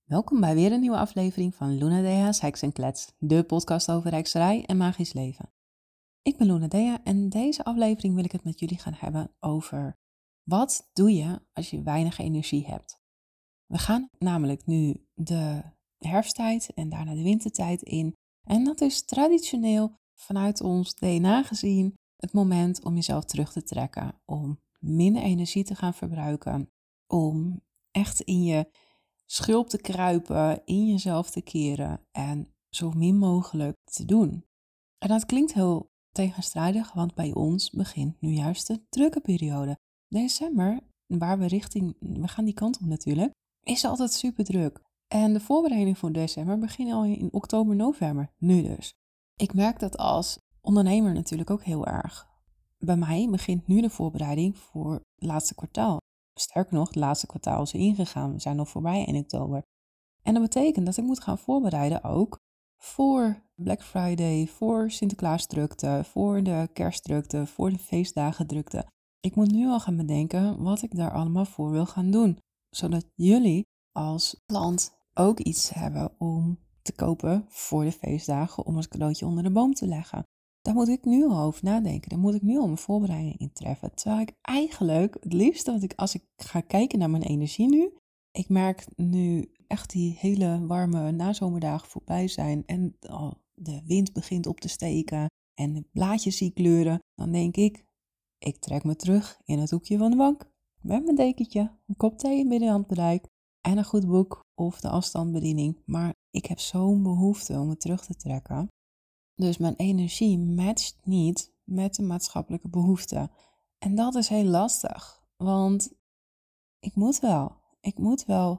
Welkom bij weer een nieuwe aflevering van Luna Dea's Heks en Klets, de podcast over hekserij en magisch leven. Ik ben Luna Dea en in deze aflevering wil ik het met jullie gaan hebben over wat doe je als je weinig energie hebt. We gaan namelijk nu de herfsttijd en daarna de wintertijd in en dat is traditioneel vanuit ons DNA gezien het moment om jezelf terug te trekken, om minder energie te gaan verbruiken, om echt in je schulp te kruipen, in jezelf te keren en zo min mogelijk te doen. En dat klinkt heel tegenstrijdig, want bij ons begint nu juist de drukke periode. December, waar we gaan die kant op natuurlijk, is altijd super druk. En de voorbereiding voor december begint al in oktober, november, nu dus. Ik merk dat als ondernemer natuurlijk ook heel erg. Bij mij begint nu de voorbereiding voor het laatste kwartaal. Sterker nog, het laatste kwartaal is ingegaan. We zijn nog voorbij in oktober. En dat betekent dat ik moet gaan voorbereiden ook voor Black Friday, voor Sinterklaas drukte, voor de kerstdrukte, voor de feestdagen drukte. Ik moet nu al gaan bedenken wat ik daar allemaal voor wil gaan doen. Zodat jullie als klant ook iets hebben om te kopen voor de feestdagen om als cadeautje onder de boom te leggen. Daar moet ik nu al over nadenken. Daar moet ik nu al mijn voorbereiding in treffen. Terwijl ik eigenlijk het liefst dat als ik ga kijken naar mijn energie nu. Ik merk nu echt die hele warme nazomerdagen voorbij zijn. En de wind begint op te steken. En de blaadjes zie kleuren. Dan denk ik trek me terug in het hoekje van de bank. Met mijn dekentje, een kop thee in middenhandbereik. En een goed boek of de afstandsbediening. Maar ik heb zo'n behoefte om me terug te trekken. Dus mijn energie matcht niet met de maatschappelijke behoeften. En dat is heel lastig, want ik moet wel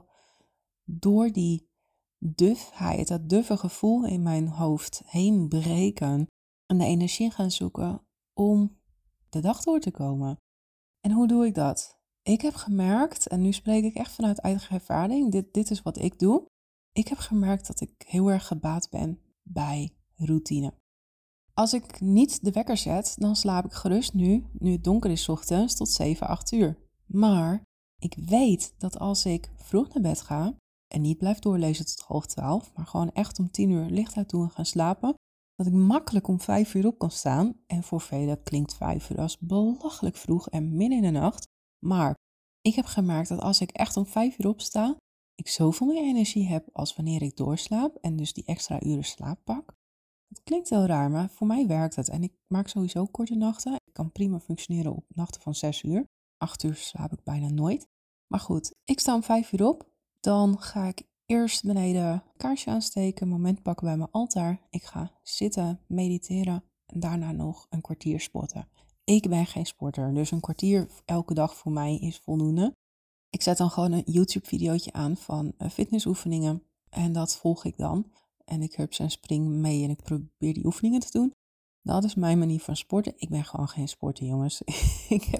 door die dufheid, dat duffe gevoel in mijn hoofd heen breken en de energie gaan zoeken om de dag door te komen. En hoe doe ik dat? Ik heb gemerkt, en nu spreek ik echt vanuit eigen ervaring, dit is wat ik doe. Ik heb gemerkt dat ik heel erg gebaat ben bij routine. Als ik niet de wekker zet, dan slaap ik gerust nu het donker is 's ochtends, tot 7, 8 uur. Maar ik weet dat als ik vroeg naar bed ga en niet blijf doorlezen tot 11:30, maar gewoon echt om 10 uur licht uit doen en gaan slapen, dat ik makkelijk om 5 uur op kan staan. En voor velen klinkt 5 uur als belachelijk vroeg en midden in de nacht. Maar ik heb gemerkt dat als ik echt om 5 uur opsta, ik zoveel meer energie heb als wanneer ik doorslaap en dus die extra uren slaap pak. Het klinkt heel raar, maar voor mij werkt het. En ik maak sowieso korte nachten. Ik kan prima functioneren op nachten van 6 uur. 8 uur slaap ik bijna nooit. Maar goed, ik sta om 5 uur op. Dan ga ik eerst beneden een kaarsje aansteken, een moment pakken bij mijn altaar. Ik ga zitten, mediteren en daarna nog een kwartier sporten. Ik ben geen sporter, dus een kwartier elke dag voor mij is voldoende. Ik zet dan gewoon een YouTube-videootje aan van fitnessoefeningen en dat volg ik dan. En ik hups en spring mee en ik probeer die oefeningen te doen. Dat is mijn manier van sporten. Ik ben gewoon geen sporter, jongens. Ik heb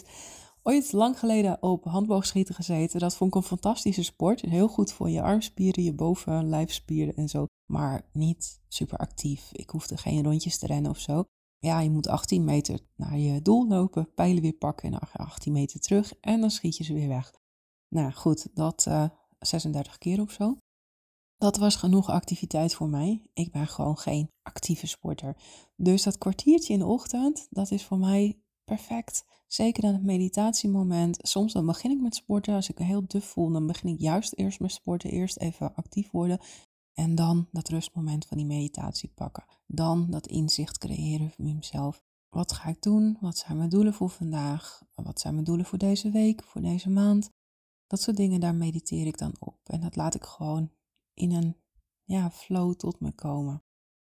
ooit lang geleden op handboogschieten gezeten. Dat vond ik een fantastische sport. Heel goed voor je armspieren, je bovenlijfspieren en zo. Maar niet super actief. Ik hoefde geen rondjes te rennen of zo. Ja, je moet 18 meter naar je doel lopen, pijlen weer pakken en 18 meter terug. En dan schiet je ze weer weg. Nou goed, dat 36 keer of zo. Dat was genoeg activiteit voor mij. Ik ben gewoon geen actieve sporter. Dus dat kwartiertje in de ochtend, dat is voor mij perfect. Zeker aan het meditatiemoment. Soms dan begin ik met sporten. Als ik me heel duf voel, dan begin ik juist eerst met sporten. Eerst even actief worden. En dan dat rustmoment van die meditatie pakken. Dan dat inzicht creëren van mezelf. Wat ga ik doen? Wat zijn mijn doelen voor vandaag? Wat zijn mijn doelen voor deze week, voor deze maand? Dat soort dingen, daar mediteer ik dan op. En dat laat ik gewoon in een flow tot me komen.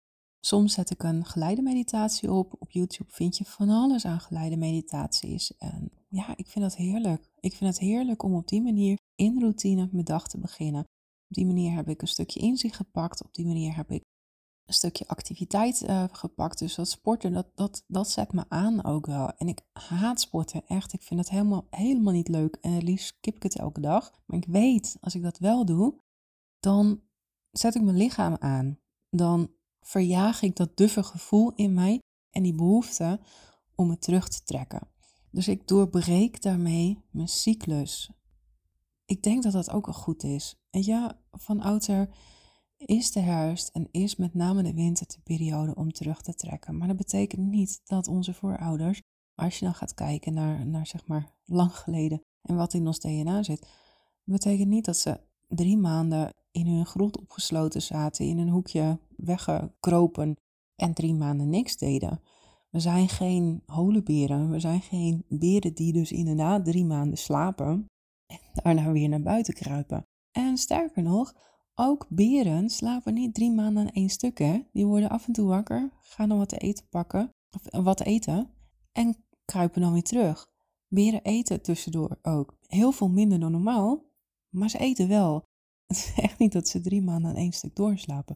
Soms zet ik een geleide meditatie op. Op YouTube vind je van alles aan geleide meditaties. En ja, ik vind dat heerlijk. Ik vind het heerlijk om op die manier in routine mijn dag te beginnen. Op die manier heb ik een stukje inzicht gepakt. Op die manier heb ik een stukje activiteit gepakt. Dus dat sporten, dat zet me aan ook wel. En ik haat sporten, echt. Ik vind het helemaal niet leuk. En het liefst skip ik het elke dag. Maar ik weet, als ik dat wel doe, dan zet ik mijn lichaam aan. Dan verjaag ik dat duffe gevoel in mij en die behoefte om me terug te trekken. Dus ik doorbreek daarmee mijn cyclus. ik denk dat dat ook wel goed is. En ja, van oudsher is de herfst en is met name de winter de periode om terug te trekken. Maar dat betekent niet dat onze voorouders, als je dan gaat kijken naar zeg maar lang geleden en wat in ons DNA zit, betekent niet dat ze 3 maanden in hun grot opgesloten zaten, in een hoekje weggekropen en 3 maanden niks deden. We zijn geen holeberen, we zijn geen beren die dus inderdaad 3 maanden slapen en daarna weer naar buiten kruipen. En sterker nog, ook beren slapen niet 3 maanden aan één stuk, hè. Die worden af en toe wakker, gaan dan wat te eten pakken, of wat eten, en kruipen dan weer terug. Beren eten tussendoor ook. Heel veel minder dan normaal, maar ze eten wel. Het is echt niet dat ze 3 maanden aan één stuk doorslapen.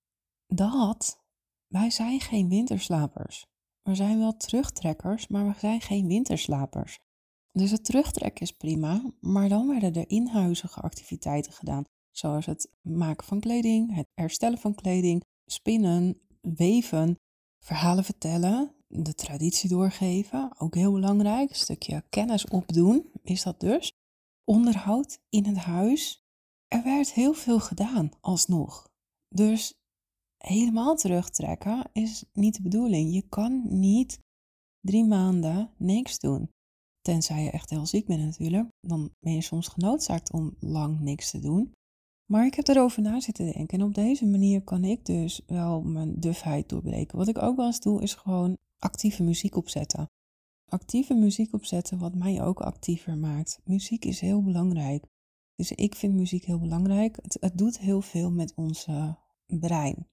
Wij zijn geen winterslapers. We zijn wel terugtrekkers, maar we zijn geen winterslapers. Dus het terugtrekken is prima, maar dan werden er inhuizige activiteiten gedaan. Zoals het maken van kleding, het herstellen van kleding, spinnen, weven, verhalen vertellen, de traditie doorgeven. Ook heel belangrijk, een stukje kennis opdoen is dat dus. Onderhoud in het huis. Er werd heel veel gedaan alsnog. Dus helemaal terugtrekken is niet de bedoeling. Je kan niet 3 maanden niks doen. Tenzij je echt heel ziek bent natuurlijk. Dan ben je soms genoodzaakt om lang niks te doen. Maar ik heb erover na zitten denken. En op deze manier kan ik dus wel mijn dufheid doorbreken. Wat ik ook wel eens doe, is gewoon actieve muziek opzetten. Actieve muziek opzetten, wat mij ook actiever maakt. Muziek is heel belangrijk. Dus ik vind muziek heel belangrijk. Het doet heel veel met ons brein.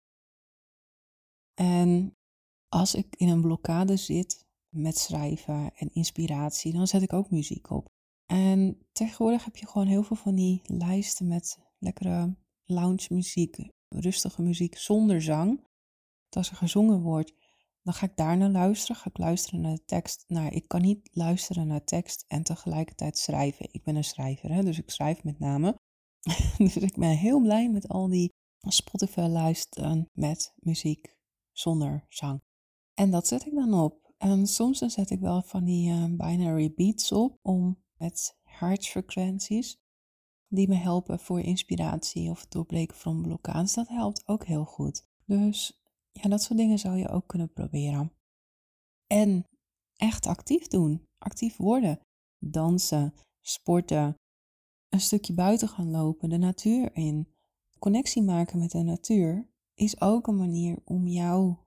En als ik in een blokkade zit met schrijven en inspiratie, dan zet ik ook muziek op. En tegenwoordig heb je gewoon heel veel van die lijsten met lekkere lounge muziek, rustige muziek zonder zang. Als er gezongen wordt, dan ga ik daar naar luisteren. Ga ik luisteren naar de tekst. Nou, ik kan niet luisteren naar tekst en tegelijkertijd schrijven. Ik ben een schrijver, hè, dus ik schrijf met name. Dus ik ben heel blij met al die Spotify-lijsten met muziek zonder zang. En dat zet ik dan op. En soms dan zet ik wel van die binary beats op om met hartsfrequenties die me helpen voor inspiratie of het doorbreken van blokkades. Dat helpt ook heel goed. Dus ja, dat soort dingen zou je ook kunnen proberen. En echt actief doen. Actief worden. Dansen, sporten, een stukje buiten gaan lopen, de natuur in. Connectie maken met de natuur is ook een manier om jouw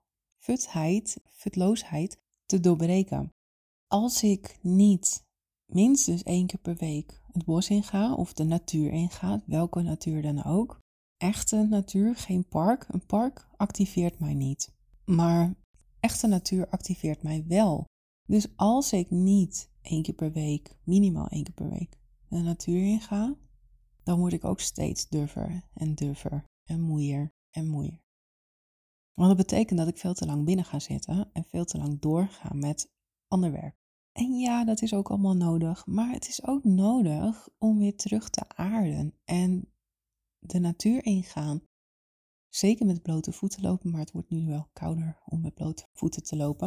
futloosheid te doorbreken. Als ik niet minstens 1 keer per week het bos inga of de natuur inga, welke natuur dan ook, echte natuur, geen park. Een park activeert mij niet, maar echte natuur activeert mij wel. Dus als ik niet 1 keer per week, minimaal 1 keer per week, de natuur inga, dan word ik ook steeds durver en moeier en moeier. Want dat betekent dat ik veel te lang binnen ga zitten en veel te lang doorga met ander werk. En ja, dat is ook allemaal nodig, maar het is ook nodig om weer terug te aarden en de natuur ingaan. Zeker met blote voeten lopen, maar het wordt nu wel kouder om met blote voeten te lopen.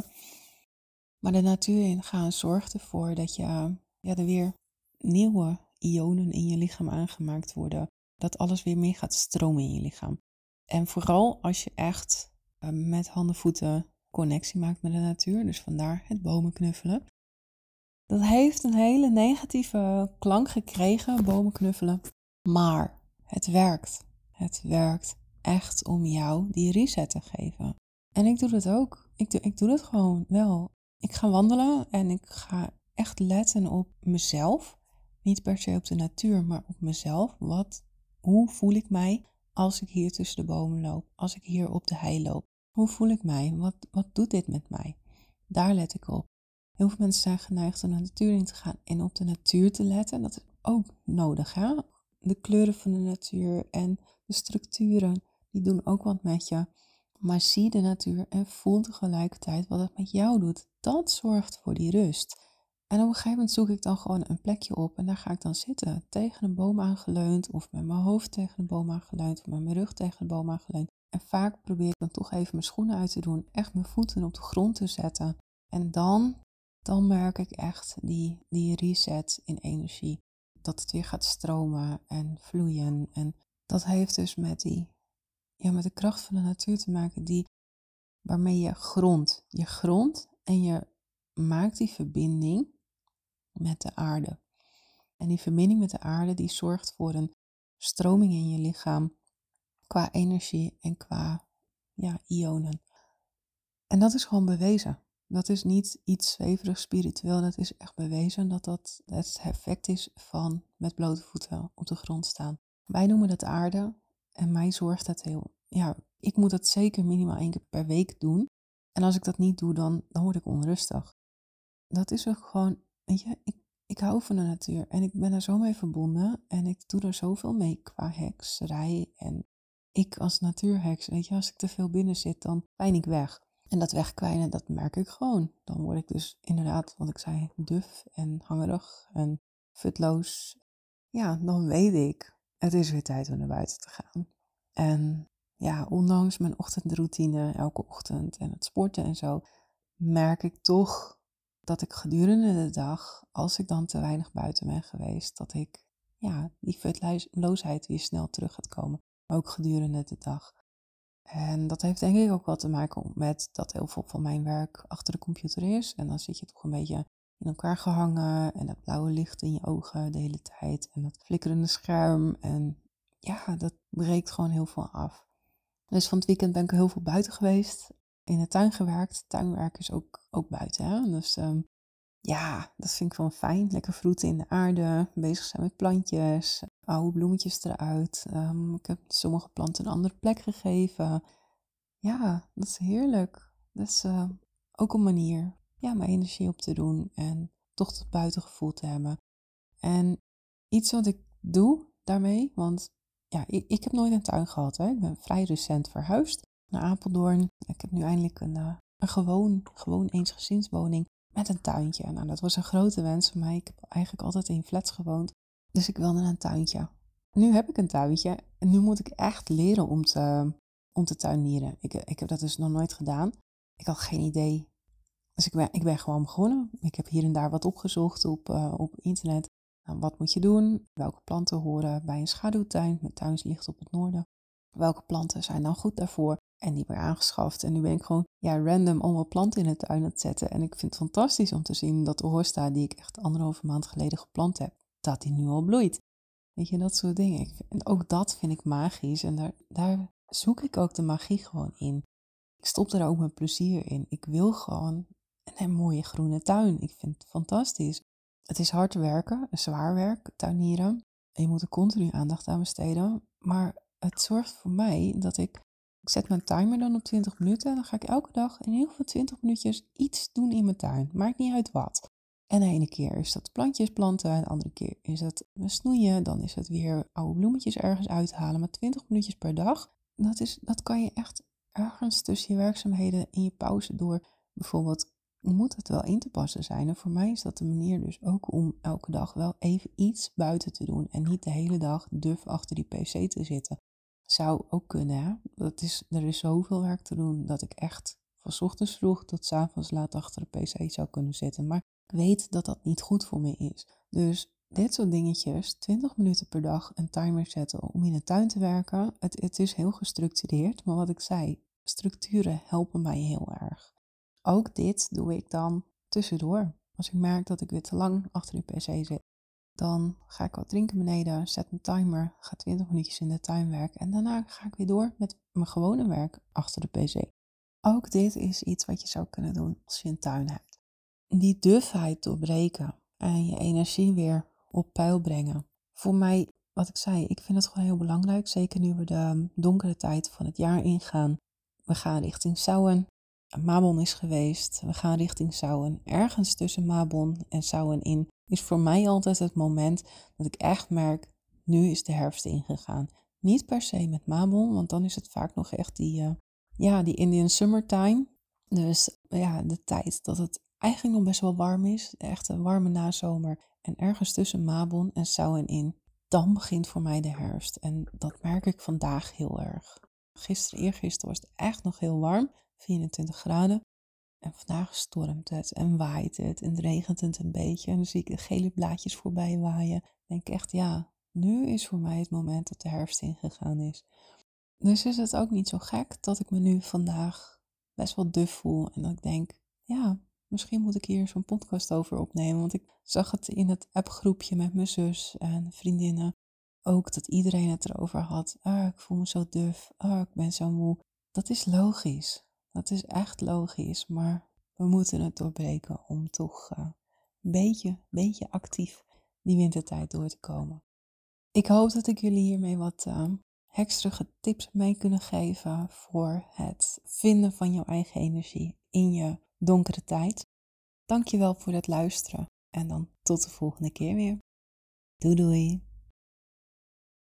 Maar de natuur ingaan zorgt ervoor dat er weer nieuwe ionen in je lichaam aangemaakt worden. Dat alles weer meer gaat stromen in je lichaam. En vooral als je echt met handen, voeten connectie maakt met de natuur. Dus vandaar het bomen knuffelen. Dat heeft een hele negatieve klank gekregen, bomen knuffelen. Maar het werkt. Het werkt echt om jou die reset te geven. En ik doe dat ook. Ik doe dat gewoon wel. Ik ga wandelen en ik ga echt letten op mezelf. Niet per se op de natuur, maar op mezelf. Hoe voel ik mij als ik hier tussen de bomen loop? Als ik hier op de hei loop? Hoe voel ik mij? Wat doet dit met mij? Daar let ik op. Heel veel mensen zijn geneigd om de natuur in te gaan en op de natuur te letten. Dat is ook nodig, hè? De kleuren van de natuur en de structuren, die doen ook wat met je. Maar zie de natuur en voel tegelijkertijd wat het met jou doet. Dat zorgt voor die rust. En op een gegeven moment zoek ik dan gewoon een plekje op en daar ga ik dan zitten. Tegen een boom aangeleund of met mijn hoofd tegen een boom aangeleund of met mijn rug tegen een boom aangeleund. En vaak probeer ik dan toch even mijn schoenen uit te doen, echt mijn voeten op de grond te zetten. En dan merk ik echt die reset in energie. dat het weer gaat stromen en vloeien. En dat heeft dus met de kracht van de natuur te maken waarmee je grondt. Je grondt en je maakt die verbinding met de aarde. En die verbinding met de aarde die zorgt voor een stroming in je lichaam qua energie en qua ionen. En dat is gewoon bewezen. Dat is niet iets zweverig spiritueel, dat is echt bewezen dat het effect is van met blote voeten op de grond staan. Wij noemen dat aarde en mij zorgt het ik moet dat zeker minimaal 1 keer per week doen. En als ik dat niet doe, dan word ik onrustig. Dat is ook gewoon, weet je, ik hou van de natuur en ik ben er zo mee verbonden en ik doe er zoveel mee qua hekserij. En ik als natuurheks, weet je, als ik te veel binnen zit, dan pijn ik weg. En dat wegkwijnen, dat merk ik gewoon. Dan word ik dus inderdaad, wat ik zei, duf en hangerig en futloos. Ja, dan weet ik, het is weer tijd om naar buiten te gaan. En ja, ondanks mijn ochtendroutine elke ochtend en het sporten en zo, merk ik toch dat ik gedurende de dag, als ik dan te weinig buiten ben geweest, dat ik die futloosheid weer snel terug gaat komen. Ook gedurende de dag. En dat heeft denk ik ook wel te maken met dat heel veel van mijn werk achter de computer is. En dan zit je toch een beetje in elkaar gehangen en dat blauwe licht in je ogen de hele tijd. En dat flikkerende scherm. En ja, dat breekt gewoon heel veel af. Dus van het weekend ben ik heel veel buiten geweest. In de tuin gewerkt. Tuinwerk is ook buiten. Hè? Dus dat vind ik wel fijn. Lekker vroeten in de aarde. Bezig zijn met plantjes. Oude bloemetjes eruit. Ik heb sommige planten een andere plek gegeven. Ja, dat is heerlijk. Dat is ook een manier mijn energie op te doen. En toch het buitengevoel te hebben. En iets wat ik doe daarmee. Want ik heb nooit een tuin gehad. Hè. Ik ben vrij recent verhuisd naar Apeldoorn. Ik heb nu eindelijk een gewoon eensgezinswoning met een tuintje. Nou, dat was een grote wens van mij. Ik heb eigenlijk altijd in flats gewoond. Dus ik wilde een tuintje. Nu heb ik een tuintje. En nu moet ik echt leren om te tuinieren. Ik heb dat dus nog nooit gedaan. Ik had geen idee. Dus ik ben gewoon begonnen. Ik heb hier en daar wat opgezocht op internet. Nou, wat moet je doen? Welke planten horen bij een schaduwtuin? Mijn tuin ligt op het noorden. Welke planten zijn dan goed daarvoor? En die weer aangeschaft. En nu ben ik gewoon random allemaal planten in de tuin aan het zetten. En ik vind het fantastisch om te zien dat de hosta die ik echt 1,5 maand geleden geplant heb, dat die nu al bloeit. Weet je, dat soort dingen. En ook dat vind ik magisch. En daar zoek ik ook de magie gewoon in. Ik stop er ook mijn plezier in. Ik wil gewoon een mooie groene tuin. Ik vind het fantastisch. Het is hard werken, zwaar werk, tuinieren. En je moet er continu aandacht aan besteden. Maar het zorgt voor mij dat ik zet mijn timer dan op 20 minuten. En dan ga ik elke dag in ieder geval 20 minuutjes iets doen in mijn tuin. Maakt niet uit wat. En de ene keer is dat plantjes planten. De andere keer is het snoeien. Dan is het weer oude bloemetjes ergens uithalen. Maar 20 minuutjes per dag, dat kan je echt ergens tussen je werkzaamheden in je pauze door. Bijvoorbeeld moet het wel in te passen zijn. En voor mij is dat de manier dus ook om elke dag wel even iets buiten te doen. En niet de hele dag duf achter die pc te zitten. Zou ook kunnen, hè. Er is zoveel werk te doen dat ik echt van 's ochtends vroeg tot 's avonds laat achter de pc zou kunnen zitten. Maar ik weet dat dat niet goed voor me is. Dus dit soort dingetjes, 20 minuten per dag een timer zetten om in de tuin te werken. Het is heel gestructureerd, maar wat ik zei, structuren helpen mij heel erg. Ook dit doe ik dan tussendoor. Als ik merk dat ik weer te lang achter de pc zit, dan ga ik wat drinken beneden, zet mijn timer, ga 20 minuutjes in de tuin werken en daarna ga ik weer door met mijn gewone werk achter de pc. Ook dit is iets wat je zou kunnen doen als je een tuin hebt. Die dufheid doorbreken en je energie weer op peil brengen. Voor mij, wat ik zei, ik vind het gewoon heel belangrijk, zeker nu we de donkere tijd van het jaar ingaan. We gaan richting Samhain. Mabon is geweest. We gaan richting Samhain. Ergens tussen Mabon en Samhain in is voor mij altijd het moment dat ik echt merk, nu is de herfst ingegaan. Niet per se met Mabon, want dan is het vaak nog echt die Indian summertime. Dus de tijd dat het eigenlijk nog best wel warm is. Echt een warme nazomer. En ergens tussen Mabon en Samhain in, dan begint voor mij de herfst. En dat merk ik vandaag heel erg. Eergisteren was het echt nog heel warm. 24 graden. En vandaag stormt het en waait het en regent het een beetje. En dan zie ik de gele blaadjes voorbij waaien. denk echt, ja, nu is voor mij het moment dat de herfst ingegaan is. Dus is het ook niet zo gek dat ik me nu vandaag best wel duf voel. En dat ik denk, ja, misschien moet ik hier zo'n podcast over opnemen. Want ik zag het in het appgroepje met mijn zus en vriendinnen ook, dat iedereen het erover had. Ik voel me zo duf. Ik ben zo moe. Dat is logisch. Dat is echt logisch. Maar we moeten het doorbreken om toch een beetje actief die wintertijd door te komen. Ik hoop dat ik jullie hiermee wat extra tips mee kunnen geven voor het vinden van jouw eigen energie in je donkere tijd. Dankjewel voor het luisteren en dan tot de volgende keer weer. Doei doei!